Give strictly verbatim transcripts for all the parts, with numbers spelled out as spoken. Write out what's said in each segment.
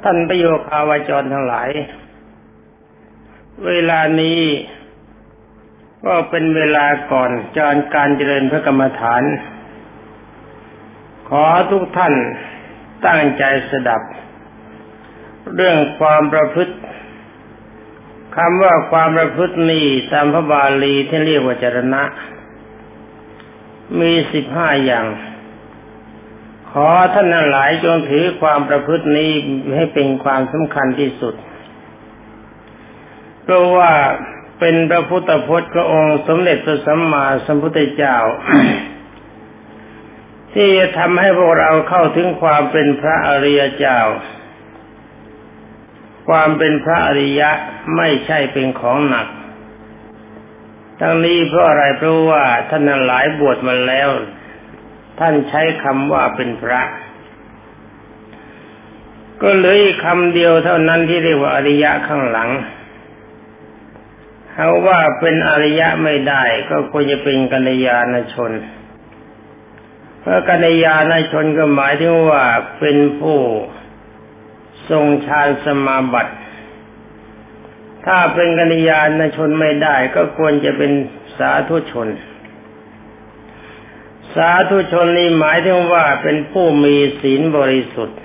ท่านประโยคาวาจรทั้งหลายเวลานี้ก็เป็นเวลาก่อนจรการเจริญพระกรรมฐานขอทุกท่านตั้งใจสดับเรื่องความประพฤติคำว่าความประพฤตินี้ตามพระบาลีที่เรียกว่าจรณะมีสิบห้าอย่างขอท่านทั้งหลายจงถือความประพฤตินี้ให้เป็นความสำคัญที่สุดเพราะว่าเป็นพระพุทธพจน์พระองค์สมเด็จพระสัมมาสัมพุทธเจ้า ที่จะทำให้พวกเราเข้าถึงความเป็นพระอริยเจ้าความเป็นพระอริยะไม่ใช่เป็นของหนักทั้งนี้เพราะอะไรเพราะว่าท่านทั้งหลายบวชมาแล้วท่านใช้คำว่าเป็นพระก็เหลืออีกคำเดียวเท่านั้นที่เรียกว่าอริยะข้างหลังเขาว่าเป็นอริยะไม่ได้ก็ควรจะเป็นกัลยาณชนเพราะกัลยาณชนก็หมายถึงว่าเป็นผู้ทรงฌานสมาบัติถ้าเป็นกัลยาณชนไม่ได้ก็ควรจะเป็นสาธุชนสาธุชนนี้หมายถึงว่าเป็นผู้มีศีลบริสุทธิ์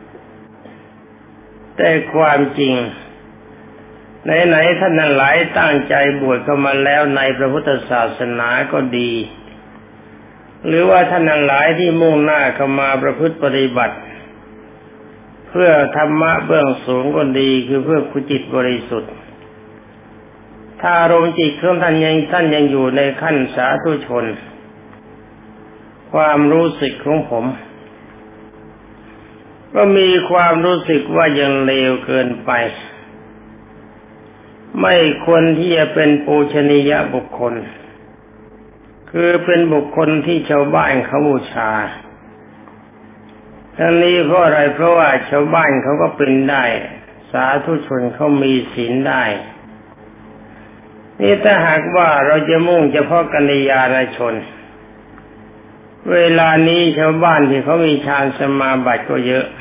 แต่ความจริงไหนๆท่านทั้งหลายตั้งใจบวชเข้ามาแล้วในพระพุทธศาสนาก็ดีหรือว่าท่านทั้งหลายที่มุ่งหน้าเข้ามาประพฤติปฏิบัติเพื่อธรรมะเบื้องสูงก็ดีคือเพื่อคุณจิตบริสุทธิ์ถ้าอารมณ์จิตของท่านยังท่านยังอยู่ในขั้นสาธุชนความรู้สึกของผมก็มีความรู้สึกว่ายังเลวเกินไปไม่ควรที่จะเป็นปูชนียบุคคลคือเป็นบุคคลที่ชาวบ้านเขาบูชาทั้งนี้เพราะอะไรเพราะว่าชาวบ้านเขาก็เป็นได้สาธุชนเขามีศีลได้นี่ถ้าหากว่าเราจะมุ่งเฉพาะกัลยาณชนเวลานี้ชาวบ้านที่เขามีฌานสมาบัติก็เยอะ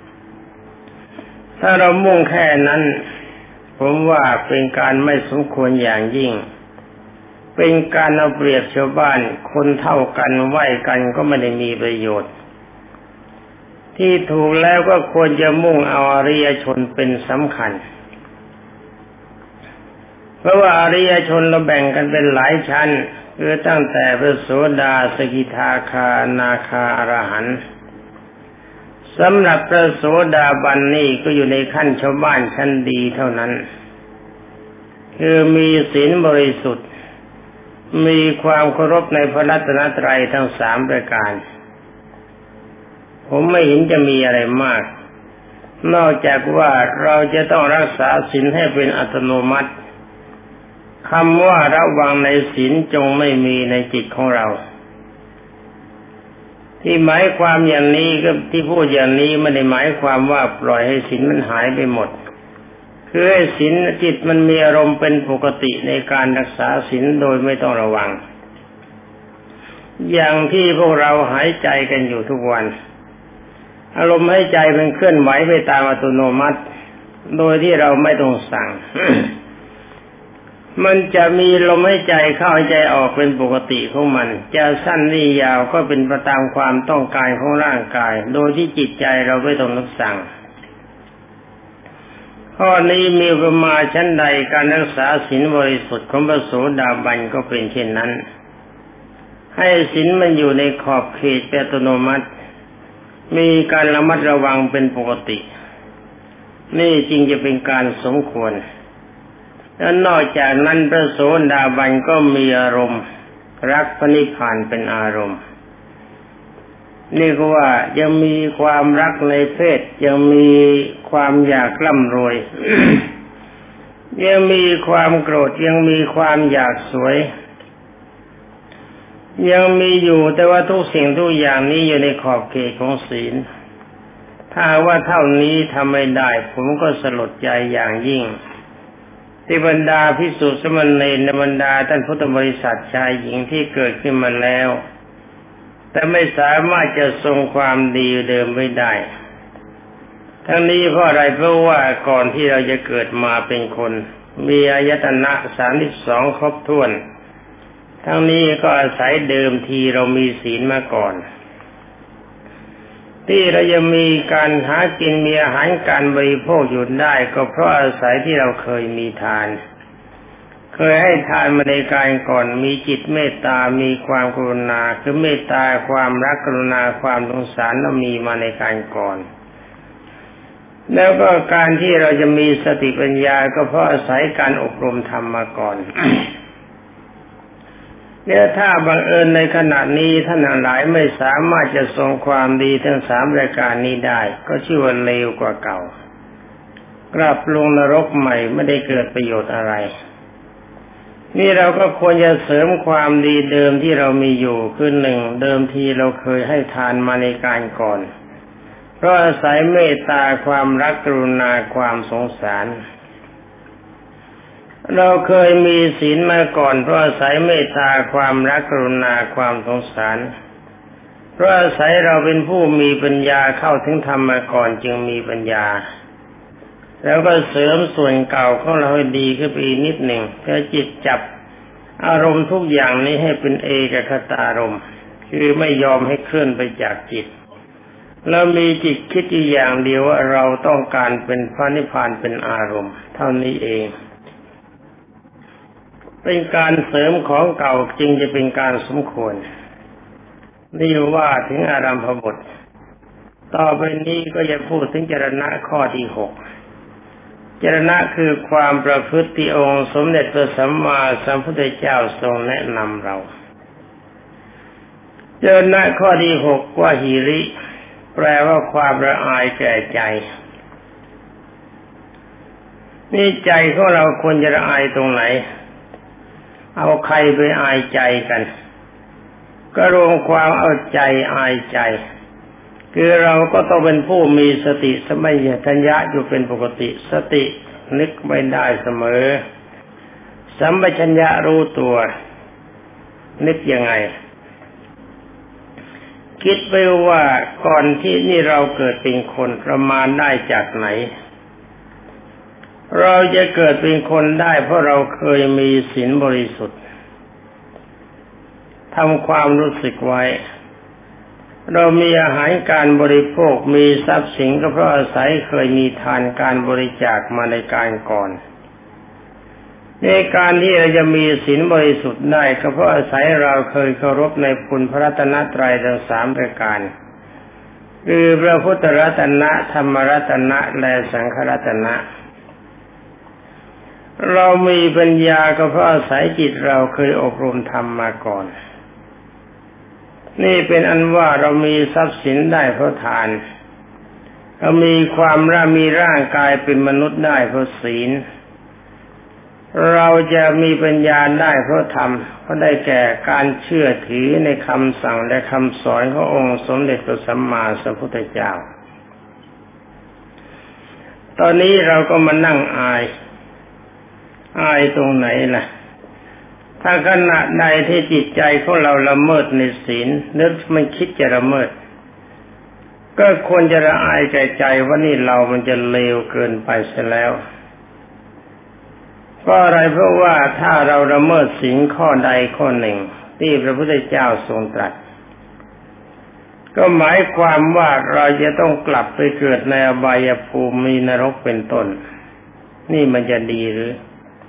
ถ้าเรามุ่งแค่นั้นผมว่าเป็นการไม่สมควรอย่างยิ่งเป็นการเอาเปรียบชาวบ้านคนเท่ากันไหว้กันก็ไม่ได้มีประโยชน์ที่ถูกแล้วก็ควรจะมุ่งเอาอริยชนเป็นสำคัญเพราะว่าอริยชนเราแบ่งกันเป็นหลายชั้นคือตั้งแต่พระโสดาสกิทาคานาคาอรหันต์สำหรับพระโสดาบันนี่ก็อยู่ในขั้นชาวบ้านชั้นดีเท่านั้นคือมีศีลบริสุทธิ์มีความเคารพในพระรัตนตรัยทั้งสามประการผมไม่เห็นจะมีอะไรมากนอกจากว่าเราจะต้องรักษาศีลให้เป็นอัตโนมัติคำว่าระวังในศีลจงไม่มีในจิตของเราที่หมายความอย่างนี้ก็ที่พูดอย่างนี้ไม่ได้หมายความว่าปล่อยให้ศีลมันหายไปหมดคือให้ศีลจิตมันมีอารมณ์เป็นปกติในการรักษาศีลโดยไม่ต้องระวังอย่างที่พวกเราหายใจกันอยู่ทุกวันอารมณ์หายใจมันเคลื่อนไหวไปตามอัตโนมัติโดยที่เราไม่ต้องสั่ง มันจะมีลมหายใจเข้าหายใจออกเป็นปกติของมันจะสั้นหรือยาวก็เป็นไปตามความต้องการของร่างกายโดยที่จิตใจเราไม่ต้องรับสั่งข้อนี้มีประมาณชั้นใดการรักษาศีลบริสุทธิ์ของพระโสดาบันก็เป็นเช่นนั้นให้ศีลมันอยู่ในขอบเขตอัตโนมัติมีการระมัดระวังเป็นปกตินี่จริงจะเป็นการสมควรและนอกจากนั้นพระโสดาบันก็มีอารมณ์รักพระนิพพานเป็นอารมณ์นี่ก็ว่ายังมีความรักในเพศยังมีความอยากร่ำรวย ยังมีความโกรธยังมีความอยากสวยยังมีอยู่แต่ว่าทุกสิ่งทุกอย่างนี้อยู่ในขอบเขตของศีลถ้าว่าเท่านี้ทำไม่ได้ผมก็สลดใจอย่างยิ่งที่บรรดาภิกษุสมณเณรในบรรดาท่านพุทธบริษัทชายหญิงที่เกิดขึ้นมาแล้วแต่ไม่สามารถจะทรงความดีเดิมไว้ได้ทั้งนี้เพราะอะไรเพราะว่าก่อนที่เราจะเกิดมาเป็นคนมีอายตนะสามสิบสองครบถ้วนทั้งนี้ก็อาศัยเดิมทีเรามีศีลมาก่อนที่เราจะมีการหากินมีอาหารการบริโภคอยู่ได้ก็เพราะอาศัยที่เราเคยมีทานเคยให้ทานมาในการก่อนมีจิตเมตตามีความกรุณาคือเมตตาความรักกรุณาความสงสารเรามีมาในการก่อนแล้วก็การที่เราจะมีสติปัญญาก็เพราะอาศัยการอบรมธรรมมาก่อน เนี่ยถ้าบังเอิญในขณะนี้ท่านหลายไม่สามารถจะทรงความดีทั้งสามรายการนี้ได้ก็ชื่อว่าเลวกว่าเก่ากลับลงนรกใหม่ไม่ได้เกิดประโยชน์อะไรนี่เราก็ควรจะเสริมความดีเดิมที่เรามีอยู่คือหนึ่งเดิมทีเราเคยให้ทานมาในการก่อนเพราะอาศัยเมตตาความรักกรุณาความสงสารเราเคยมีศีลมาก่อนเพราะอาศัยเมตตาความรักกรุณาความสงสารเพราะอาศัยเราเป็นผู้มีปัญญาเข้าถึงธรรมมาก่อนจึงมีปัญญาแล้วก็เสริมส่วนเก่าของเราให้ดีขึ้นไปอีกนิดหนึ่งเพื่อจิตจับอารมณ์ทุกอย่างนี้ให้เป็นเอกคตารมณ์คือไม่ยอมให้เคลื่อนไปจากจิตแล้วมีจิตคิดอยู่อย่างเดียวว่าเราต้องการเป็นพระนิพพานเป็นอารมณ์เท่านี้เองเป็นการเสริมของเก่าจึงจะเป็นการสมควรนี่ว่าถึงอารัมภบทต่อไปนี้ก็จะพูดถึงจรณะข้อที่หกจรณะคือความประพฤติที่องค์สมเด็จพระสัมมาสัมพุทธเจ้าทรงแนะนำเราจรณะข้อที่หกว่าหิริแปลว่าความละอายแก่ใจนี่ใจของเราควรจะละอายตรงไหนเอาใครไปอายใจกันก็รวมความเอาใจอายใจคือเราก็ต้องเป็นผู้มีสติสัมปชัญญะอยู่เป็นปกติสตินึกไม่ได้เสมอสัมปชัญญะรู้ตัวนึกยังไงคิดไปว่าก่อนที่นี่เราเกิดเป็นคนประมาณได้จากไหนเราจะเกิดเป็นคนได้เพราะเราเคยมีศีลบริสุทธิ์ทำความรู้สึกไว้เรามีอาหารการบริโภคมีทรัพย์สินก็เพราะอาศัยเคยมีทานการบริจาคมาในการก่อนในการที่เราจะมีศีลบริสุทธิ์ได้ก็เพราะอาศัยเราเคยเคารพในคุณพระรัตนตรัยทั้งสามประการคือพระพุทธรัตนะธรรมรัตนะและสังฆรัตนะเรามีปัญญาก็เพราะอาศัยจิตเราเคยอบรมธรรมมาก่อนนี่เป็นอันว่าเรามีทรัพย์สินได้เพราะทานเรามีความร่ามีร่างกายเป็นมนุษย์ได้เพราะศีลเราจะมีปัญญาได้เพราะธรรมเพราะได้แก่การเชื่อถือในคำสั่งและคำสอนขององค์สมเด็จพระสัมมาสัมพุทธเจ้าตอนนี้เราก็มานั่งอายอายตรงไหนล่ะถ้าขณะใดที่จิตใจของเราละเมิดในศีลนึกมันคิดจะละเมิดก็ควรจะละอายใจใจว่านี่เรามันจะเลวเกินไปเสียแล้วเพราะอะไรเพราะว่าถ้าเราละเมิดศีลข้อใดข้อหนึ่งที่พระพุทธเจ้าทรงตรัสก็หมายความว่าเราจะต้องกลับไปเกิดในอบายภูมิมีนรกเป็นต้นนี่มันจะดีหรือ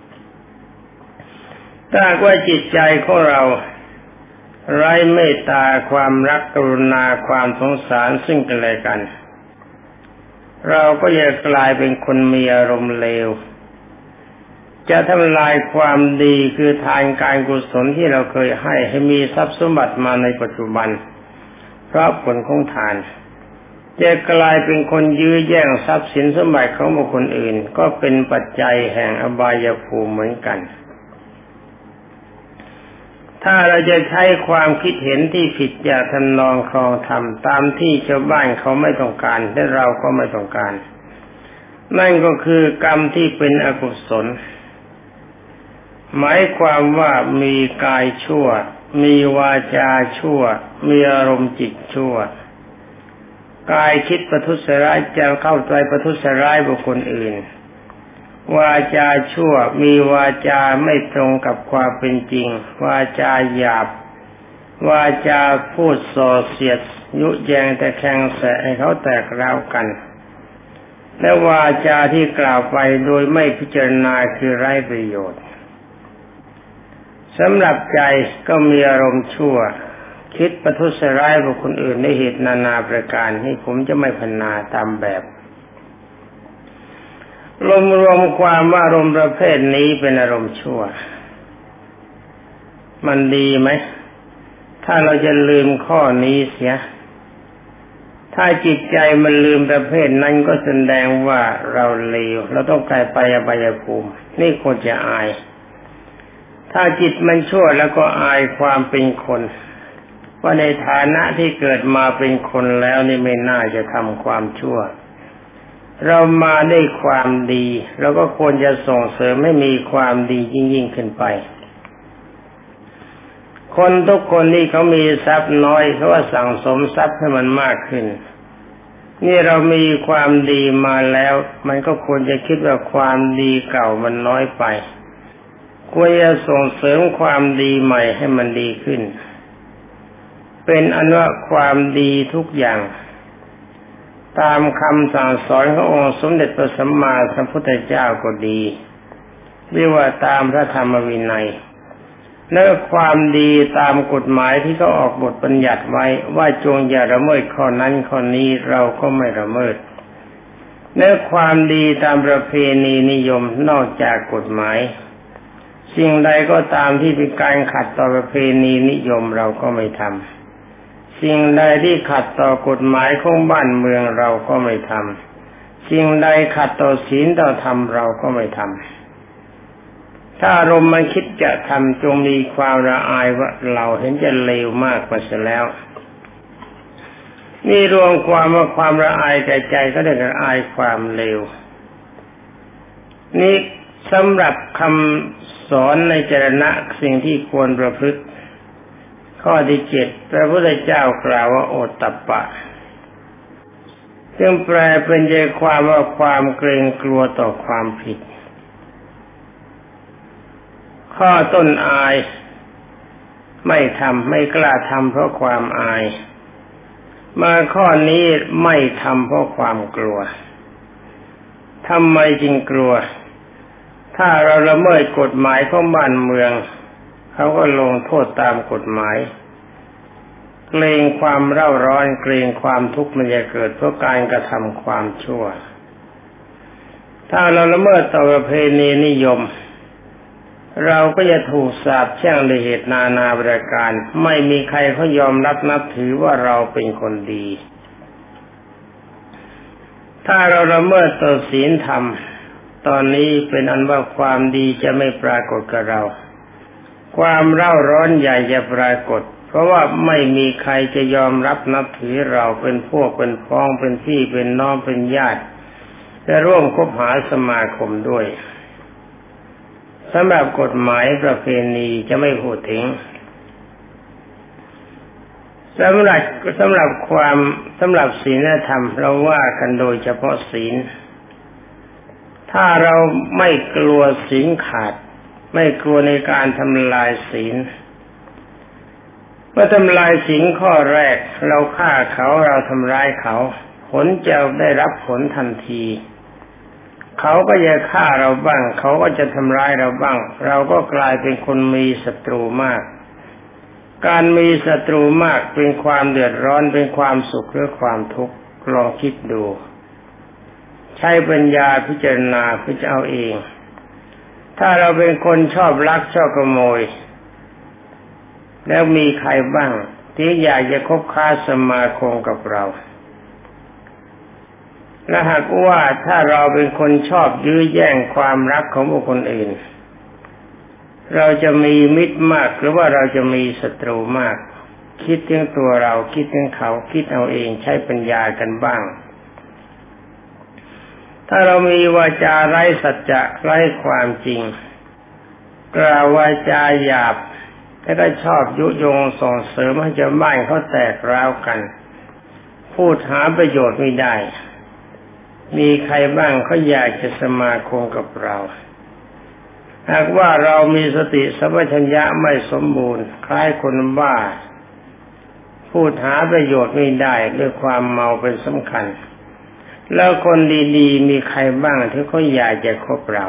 ถ้าว่าจิตใจของเราไร้เมตตาความรักกรุณาความสงสารซึ่งกันและกันเราก็จะกลายเป็นคนมีอารมณ์เลวจะทำลายความดีคือทานการกุศลที่เราเคยให้ให้มีทรัพย์สมบัติมาในปัจจุบันเพราะผลของทานจะกลายเป็นคนยื้อแย่งทรัพย์สินสมบัติของบุคคลอื่นก็เป็นปัจจัยแห่งอบายภูมิเหมือนกันถ้าเราจะใช้ความคิดเห็นที่ผิดอย่าทำนองครองธรรมตามที่ชาวบ้านเขาไม่ต้องการและเราก็ไม่ต้องการนั่นก็คือกรรมที่เป็นอกุศลหมายความว่ามีกายชั่วมีวาจาชั่วมีอารมณ์จิตชั่วกายคิดประทุษร้ายจะเข้าใจประทุษร้ายบุคคลอื่นวาจาชั่วมีวาจาไม่ตรงกับความเป็นจริงวาจาหยาบวาจาพูดส่อเสียดยุแยงแต่แข่งแสให้เขาแตกร้าวกันและวาจาที่กล่าวไปโดยไม่พิจารณาคือไร้ประโยชน์สำหรับใจก็มีอารมณ์ชั่วคิดประทุษร้ายบุคคลอื่นในเหตุนานาประการที่ผมจะไม่พรรณนาตามแบบรวมรวมความว่าอารมณ์ประเภทนี้เป็นอารมณ์ชั่วมันดีไหมถ้าเราจะลืมข้อนี้เสียถ้าจิตใจมันลืมประเภทนั้นก็แสดงว่าเราเลวเราต้องกลายไปอบายภูมินี่ควรจะอายถ้าจิตมันชั่วแล้วก็อายความเป็นคนว่าในฐานะที่เกิดมาเป็นคนแล้วนี่ไม่น่าจะทำความชั่วเรามาได้ความดีเราก็ควรจะส่งเสริมให้มีความดียิ่งๆขึ้นไปคนทุกคนนี่เขามีทรัพย์น้อยเขาว่าสั่งสมทรัพย์ให้มันมากขึ้นนี่เรามีความดีมาแล้วมันก็ควรจะคิดว่าความดีเก่ามันน้อยไปควรจะส่งเสริมความดีใหม่ให้มันดีขึ้นเป็นอันว่าความดีทุกอย่างตามคำสั่งสอนขององค์สมเด็จพระสัมมาสัมพุทธเจ้าก็ดีหรือว่าตามพระธรรมวินัยและความดีตามกฎหมายที่เขาออกบทบัญญัติไว้ว่าจงอย่าละเมิดข้อนั้นข้อนี้เราก็ไม่ละเมิดและความดีตามประเพณีนิยมนอกจากกฎหมายสิ่งใดก็ตามที่เป็นการขัดต่อประเพณีนิยมเราก็ไม่ทำสิ่งใดที่ขัดต่อกฎหมายของบ้านเมืองเราก็ไม่ทำสิ่งใดขัดต่อศีลต่อธรรมเราก็ไม่ทำถ้าอารมณ์มันคิดจะทำจงมีความละอายว่าเราเห็นจะเลวมากกว่าเสียแล้วนี่รวมความว่าความละอายใจใจก็ได้ละอายความเลวนี่สำหรับคำสอนในจรณะสิ่งที่ควรประพฤติข้อที่เจ็ดพระพุทธเจ้ากล่าวว่าโอตตัปปะซึ่งแปลเป็นใจความว่าความเกรงกลัวต่อความผิดข้อต้นอายไม่ทำไม่กล้าทำเพราะความอายมาข้อนี้ไม่ทำเพราะความกลัวทำไมจึงกลัวถ้าเราละเมิดกฎหมายของบ้านเมืองเขาก็ลงโทษตามกฎหมายเกรงความเร่าร้อนเกรงความทุกข์มันจะเกิดเพราะการกระทำความชั่วถ้าเราละเมิดต่อประเพณีนิยมเราก็จะถูกสาปแช่งด้วยเหตุนานาประการไม่มีใครเขายอมรับนับถือว่าเราเป็นคนดีถ้าเราละเมิดต่อศีลธรรมตอนนี้เป็นอันว่าความดีจะไม่ปรากฏกับเราความเร่าร้อนใหญ่จะปรากฏเพราะว่าไม่มีใครจะยอมรับนับถือเราเป็นพวกเป็นพ้องเป็นพี่เป็นน้องเป็นญาติและร่วมคบหาสมาคมด้วยสำหรับกฎหมายประเพณีจะไม่พูดถึงสำหรับสำหรับความสำหรับศีลธรรมเราว่ากันโดยเฉพาะศีลถ้าเราไม่กลัวศีลขาดไม่กลัวในการทำลายศีลเมื่อทำลายศีลข้อแรกเราฆ่าเขาเราทำร้ายเขาผลจะได้รับผลทันทีเขาก็จะฆ่าเราบ้างเขาก็จะทำร้ายเราบ้างเราก็กลายเป็นคนมีศัตรูมากการมีศัตรูมากเป็นความเดือดร้อนเป็นความสุขหรือความทุกข์ลองคิดดูใช้ปัญญาพิจารณาพิจารณาเอาเองถ้าเราเป็นคนชอบลักชอบขโมยแล้วมีใครบ้างที่อยากจะคบค้าสมาคมกับเราและหากว่าถ้าเราเป็นคนชอบยื้อแย่งความรักของบุคคลอื่นเราจะมีมิตรมากหรือว่าเราจะมีศัตรูมากคิดถึงตัวเราคิดถึงเขาคิดเอาเองใช้ปัญญากันบ้างถ้าเรามีวาจาไร้สัจจะไร้ความจริงกล่าววาจาหยาบแล้วก็ชอบยุยงส่งเสริมให้ชาวบ้านเขาแตกร้าวกันพูดหาประโยชน์ไม่ได้มีใครบ้างเขาอยากจะสมาคมกับเราหากว่าเรามีสติสัมปชัญญะไม่สมบูรณ์คล้ายคนบ้าพูดหาประโยชน์ไม่ได้ด้วยความเมาเป็นสำคัญแล้วคนดีๆมีใครบ้างที่เขาอยากจะคบเรา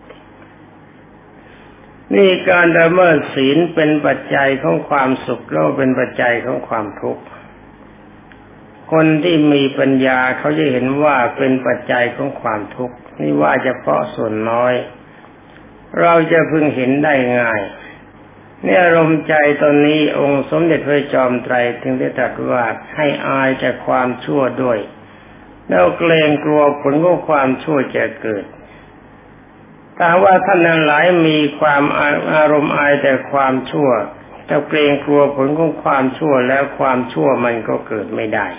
นี่การละเมิดศีลเป็นปัจจัยของความสุขแล้วเป็นปัจจัยของความทุกข์คนที่มีปัญญาเขาจะเห็นว่าเป็นปัจจัยของความทุกข์นี่ว่าเฉพาะส่วนน้อยเราจะพึงเห็นได้ง่ายเนี่ยอารมณ์ใจตอนนี้องค์สมเด็จพระจอมไตรถึงได้ตรัสว่าให้อายจากความชั่วด้วยแล้วเกรงกลัวผลของความชั่วจะเกิดแต่ว่าท่านนั้นหลายมีความอารมณ์อายแต่ความชั่วถ้าเกรงกลัวผลของความชั่วแล้วความชั่วมันก็เกิดไม่ได้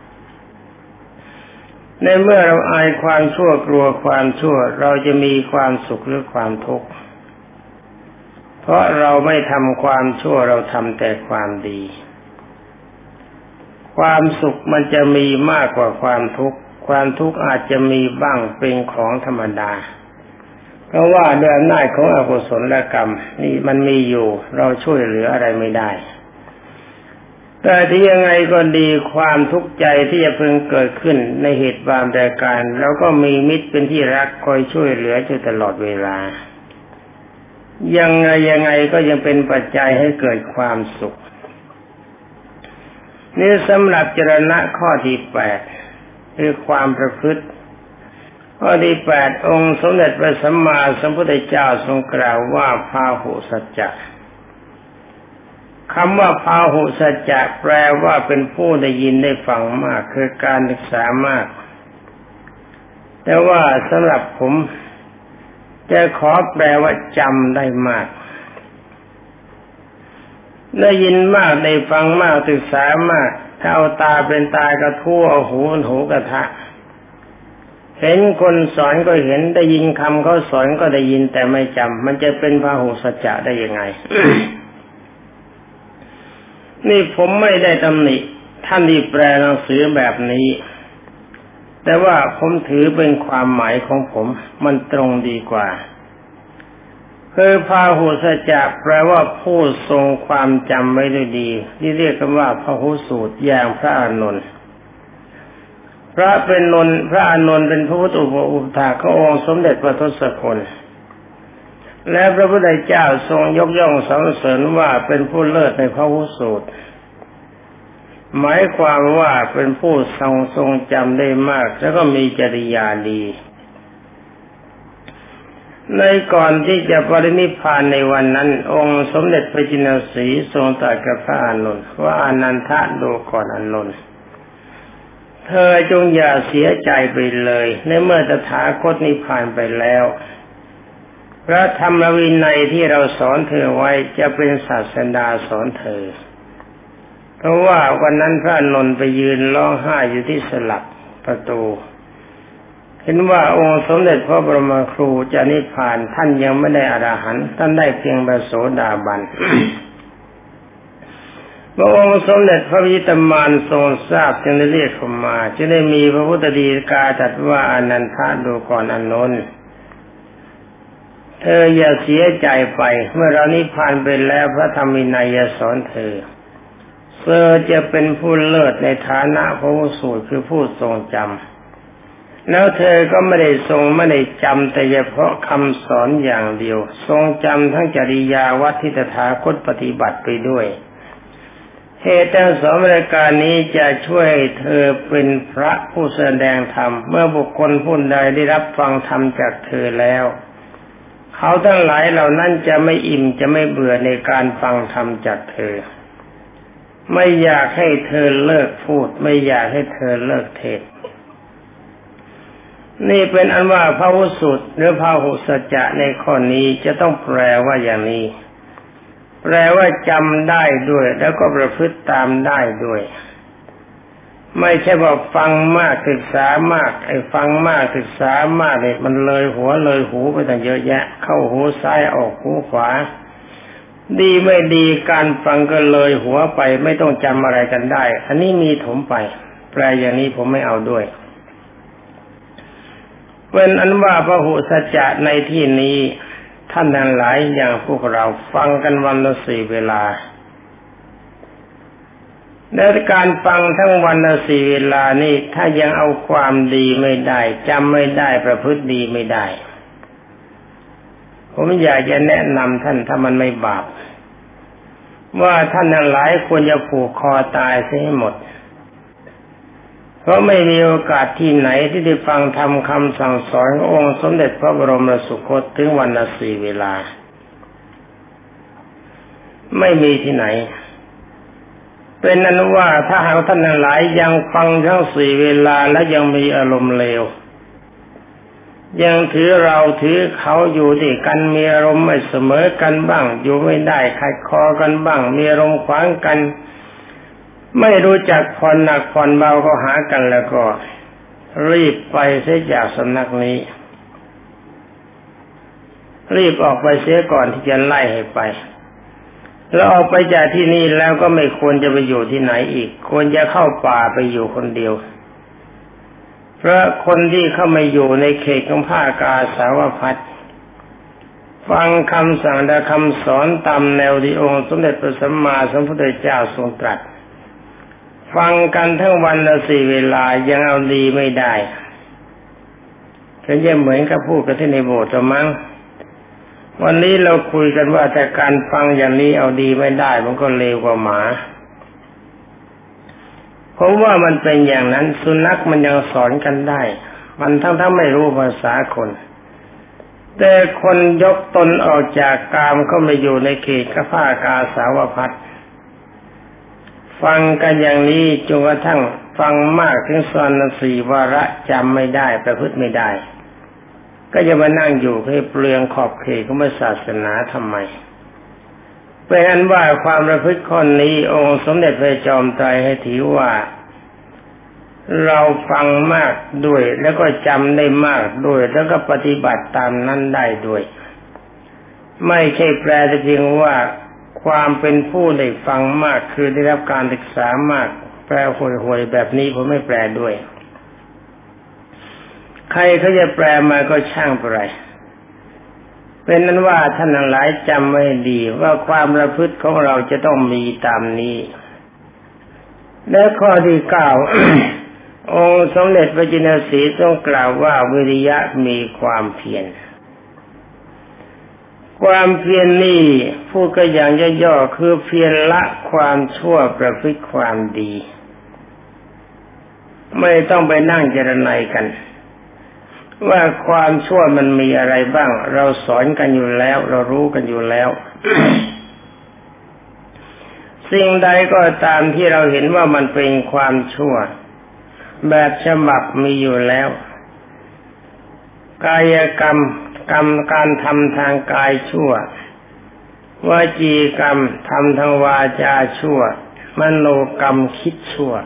ในเมื่อเราอายความชั่วกลัวความชั่วเราจะมีความสุขหรือความทุกข์เพราะเราไม่ทำความชั่วเราทำแต่ความดีความสุขมันจะมีมากกว่าความทุกข์ความทุกข์อาจจะมีบ้างเป็นของธรรมดาเพราะว่าด้วยอำนาจของอกุศลกรรมนี่มันมีอยู่เราช่วยเหลืออะไรไม่ได้แต่ที่ยังไงก็ดีความทุกข์ใจที่จะพึงเกิดขึ้นในเหตุบางประการเราก็มีมิตรเป็นที่รักคอยช่วยเหลืออยู่ตลอดเวลายังไงยังไงก็ยังเป็นปัจจัยให้เกิดความสุขนี่สำหรับจรณะข้อที่แปดคือความประพฤติข้อที่แปดองค์สมเด็จพระสัมมาสัมพุทธเจ้าทรงกล่าวว่าพาหุสัจจะคำว่าพาหุสัจจะแปลว่าเป็นผู้ได้ยินได้ฟังมากคือการศึกษามากแต่ว่าสำหรับผมจะขอแปลว่าจำได้มากได้ยินมากได้ฟังมากศึกษามากถ้าเอาตาเป็นตากระทู้เอาหูเป็นหูกระทะเห็นคนสอนก็เห็นได้ยินคำเขาสอนก็ได้ยินแต่ไม่จำมันจะเป็นพาหุสัจจะได้ยังไง นี่ผมไม่ได้ตำหนิท่านที่แปลหนังสือแบบนี้แต่ว่าผมถือเป็นความหมายของผมมันตรงดีกว่าคือพาหุสัจจะแปลว่าผู้ทรงความจำไว้ด้วยดีที่เรียกกันว่าพหุสูตรอย่างพระอานนท์พระเป็นนนท์พระอานนท์เป็นพระพุทธอุปถากขององค์สมเด็จพระทศพลและพระพุทธเจ้าทรงยกย่องสรรเสริญว่าเป็นผู้เลิศในพหุสูตรหมายความว่าเป็นผู้ทรงทรงจำได้มากแล้วก็มีจริยาดีในก่อนที่จะปรินิพพานในวันนั้นองค์สมเด็จพระจินสีทรงตรัสกับพระอานนท์ว่าอนันทะดูก่อนอานนท์เธอจงอย่าเสียใจไปเลยในเมื่อตถาคตนิพพานไปแล้วพระธรรมวินัยที่เราสอนเธอไว้จะเป็นศาสดาสอนเธอเพราะว่าวันนั้นพระอานนท์ไปยืนร้องไห้อยู่ที่สลักประตูเห็นว่าองค์สมเด็จพระบรมครูจะนิพพานท่านยังไม่ได้อรหันต์ท่านได้เพียงพระโสดาบัน พระองค์สมเด็จพระวิชิตมารทรงทราบจึงได้เรียกเข้ามาจึงได้มีพระพุทธดีกาตรัสว่าอนันทะดูก่อนอานนท์เธออย่าเสียใจไปเมื่อเรานิพพานไปแล้วพระธรรมวินัยจะสอนเธอเธอจะเป็นผู้เลิศในฐานะพระผู้สูตรคือผู้ทรงจำแล้วเธอก็ไม่ได้ทรงไม่ได้จำแต่เฉพาะคำสอนอย่างเดียวทรงจำทั้งจริยาวัดที่ตถาคตปฏิบัติไปด้วยเหตุทั้งสองรายการนี้จะช่วยเธอเป็นพระผู้แสดงธรรมเมื่อบุคคลผู้ใดได้รับฟังธรรมจากเธอแล้วเขาทั้งหลายเหล่านั้นจะไม่อิ่มจะไม่เบื่อในการฟังธรรมจากเธอไม่อยากให้เธอเลิกพูดไม่อยากให้เธอเลิกเทศนี่เป็นอันว่าพหุสูตรหรือพหุสัจจะในข้อนี้จะต้องแปลว่าอย่างนี้แปลว่าจำได้ด้วยแล้วก็ประพฤติตามได้ด้วยไม่ใช่ว่าฟังมากศึกษามากไอ้ฟังมากศึกษามากเนี่ยมันเลยหัวเลยหูไปตั้งเยอะแยะเข้าหูซ้ายออกหูขวาดีไม่ดีการฟังก็เลยหัวไปไม่ต้องจำอะไรกันได้อันนี้มีถมไปแปลอย่างนี้ผมไม่เอาด้วยเป็นอันว่าพหุสัจจะในที่นี้ท่านทั้งหลายอย่างพวกเราฟังกันวันละสี่เวลาและการฟังทั้งวันละสี่เวลานี่ถ้ายังเอาความดีไม่ได้จำไม่ได้ประพฤติดีไม่ได้ผมอยากจะแนะนำท่านถ้ามันไม่บาปว่าท่านทั้งหลายควรจะผูกคอตายเสียให้หมดเพราะไม่มีโอกาสที่ไหนที่ได้ฟังธรรมคำสั่งสอนขององค์สมเด็จพระบรมสุคตถึงวันละสี่เวลาไม่มีที่ไหนเป็นนั้นว่าถ้าหากท่านทั้งหลายยังฟังทั้งสี่เวลาและยังมีอารมณ์เลวยังถือเราถือเขาอยู่ด้วยกันมีอารมณ์ไม่เสมอกันบ้างอยู่ไม่ได้ขัดคอกันบ้างมีอารมณ์ขวางกันไม่รู้จักผ่อนหนักผ่อนเบาก็หากันแล้วก็รีบไปเสียจากสำนักนี้รีบออกไปเสียก่อนที่จะไล่ให้ไปแล้วออกไปจากที่นี่แล้วก็ไม่ควรจะไปอยู่ที่ไหนอีกควรจะเข้าป่าไปอยู่คนเดียวเพราะคนที่เข้ามาอยู่ในเขตของภาคกาสาวพัสต์ฟังคำสั่งและคำสอนตามแนวที่องค์สมเด็จพระสัมมาสัมพุทธเจ้าทรงตรัสฟังกันทั้งวันละสี่เวลายังเอาดีไม่ได้ฉันจะเหมือนกับพูดกันที่ในโบสถ์มั้งวันนี้เราคุยกันว่าแต่การฟังอย่างนี้เอาดีไม่ได้มันก็เลวกว่าหมาผมว่ามันเป็นอย่างนั้นสุนัขมันยังสอนกันได้มันทั้งทั้งไม่รู้ภาษาคนแต่คนยกตนออกจากกามเข้ามาอยู่ในเขตกภาคาสาวพัสต์ฟังกันอย่างนี้จนกระทั่งฟังมากถึงสอนสี่วาระจำไม่ได้ประพฤติไม่ได้ก็จะมานั่งอยู่ให้เปลืองขอบเขตของศาสนาทำไมเป็นอันว่าความประพฤติข้อนี้องค์สมเด็จพระจอมไตรให้ถือว่าเราฟังมากด้วยแล้วก็จำได้มากด้วยแล้วก็ปฏิบัติตามนั้นได้ด้วยไม่ใช่แปลแต่เพียงว่าความเป็นผู้ได้ฟังมากคือได้รับการศึกษามากแปลห่วยๆแบบนี้ผมไม่แปลด้วยใครเขาจะแปลมาก็ช่างไปไรเป็นนั้นว่าท่านทั้งหลายจำไว้ดีว่าความประพฤติของเราจะต้องมีตามนี้และข้อที่เก้า องค์สมเด็จพระจินสีทรงกล่าวว่าวิริยะมีความเพียรความเพียร น, นี่พูดก็อย่างย่อๆคือเพียรละความชั่วประพฤติความดีไม่ต้องไปนั่งเจรไนกันว่าความชั่วมันมีอะไรบ้างเราสอนกันอยู่แล้วเรารู้กันอยู่แล้ว สิ่งใดก็ตามที่เราเห็นว่ามันเป็นความชั่วแบบฉบับมีอยู่แล้วกายกรรมกรรมการทำทางกายชั่ววจีกรรมทำทางวาจาชั่วมโนกรรมคิดชั่ว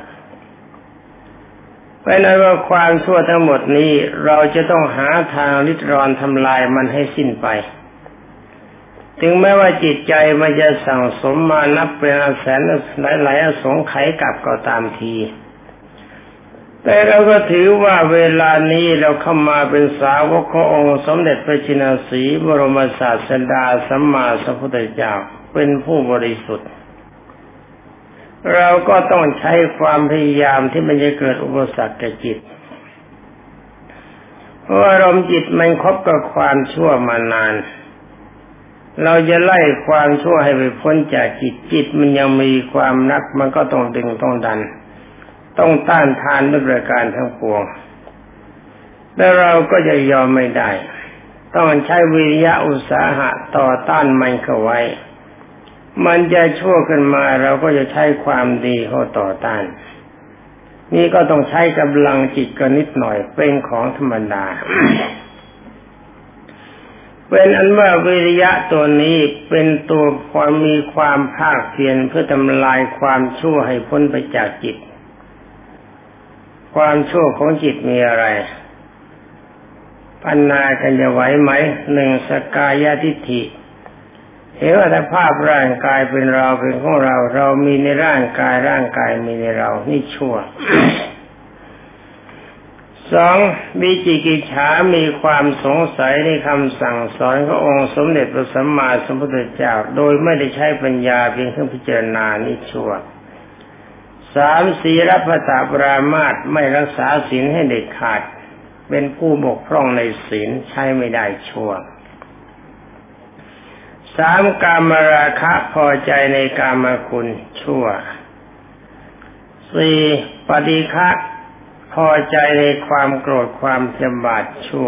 เพราะนั้นว่าความชั่วทั้งหมดนี้เราจะต้องหาทางริดรอนทำลายมันให้สิ้นไปถึงแม้ว่าจิตใจมันจะสั่งสมมานับเป็นแสนหลายๆอสงไขยกลับก็ตามทีแต่เราก็ถือว่าเวลานี้เราเข้ามาเป็นสาวกขององค์สมเด็จพระชินสีห์บรมศาสดาสัมมาสัมพุทธเจ้าเป็นผู้บริสุทธิ์เราก็ต้องใช้ความพยายามที่มันจะเกิดอุปสรรคแก่จิตเพราะอารมณ์จิตมันคบกับความชั่วมานานเราจะไล่ความชั่วให้ไปพ้นจากจิตจิตมันยังมีความรักมันก็ต้องดึงต้องดันต้องต้านทานด้วยประการทั้งปวงแต่เราก็จะยอมไม่ได้ต้องใช้วิริยะอุตสาหะต่อต้านมันเข้าไว้มันจะชั่วขึ้นมาเราก็จะใช้ความดีเข้าต่อต้านนี่ก็ต้องใช้กำลังจิตกันนิดหน่อยเป็นของธรรมดา เป็นอันว่าวิริยะตัวนี้เป็นตัวความมีความภาคเพียรเพื่อทำลายความชั่วให้พ้นไปจากจิตความชั่วของจิตมีอะไรปัญญากันจะไหวไหมหนึ่งสกายทิฏฐิเห็นว่าถ้าภาพร่างกายเป็นเราเป็นของเราเรามีในร่างกายร่างกายมีในเรานี่ชั่วสองวิจิกิจฉามีความสงสัยในคำสั่งสอนขององค์สมเด็จพระสัมมาสัมพุทธเจ้าโดยไม่ได้ใช้ปัญญาเพียงเครื่องพิจารณานี่ชั่วสามศีลปตปรามาสไม่รักษาศีลให้เด็ดขาดเป็นผู้บกพร่องในศีลใช้ไม่ได้ชั่วสามกามราคะพอใจในกามคุณชั่วสี่ปฏิฆะพอใจในความโกรธความจำบาดชั่ว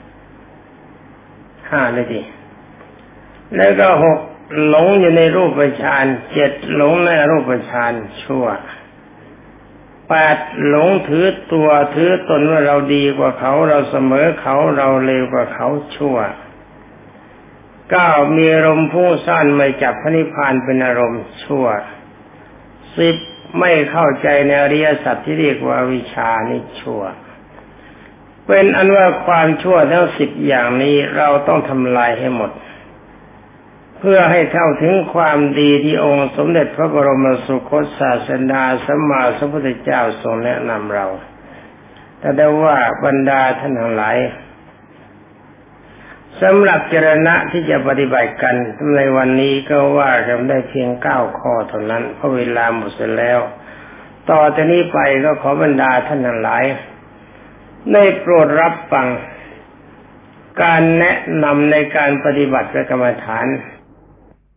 ห้าเลยดิแล้วก็หกหลงอยู่ในรูปฌานเจ็ดหลงในรูปฌานชั่วแปดหลงถือตัวถือตนว่าเราดีกว่าเขาเราเสมอเขาเราเลวกว่าเขาชั่วเก้ามีอารมณ์พุ่งซ่านไม่จับพระนิพพานเป็นอารมณ์ชั่วสิบไม่เข้าใจในอริยสัจที่เรียกว่าวิชานี่ชั่วเป็นอันว่าความชั่วทั้งสิบอย่างนี้เราต้องทำลายให้หมดเพื่อให้เท่าถึงความดีที่องค์สมเด็จพระบรมสุคตศาสดาสัมมาสัมพุทธเจ้าทรงแนะนำเราแต่ได้ว่าบรรดาท่านทั้งหลายสำหรับจรณะที่จะปฏิบัติกันในวันนี้ก็ว่ากันได้เพียงเก้าข้อเท่านั้นเพราะเวลาหมดเสียแล้วต่อจากนี้ไปก็ขอบรรดาท่านทั้งหลายได้โปรดรับฟังการแนะนำในการปฏิบัติกรรมฐาน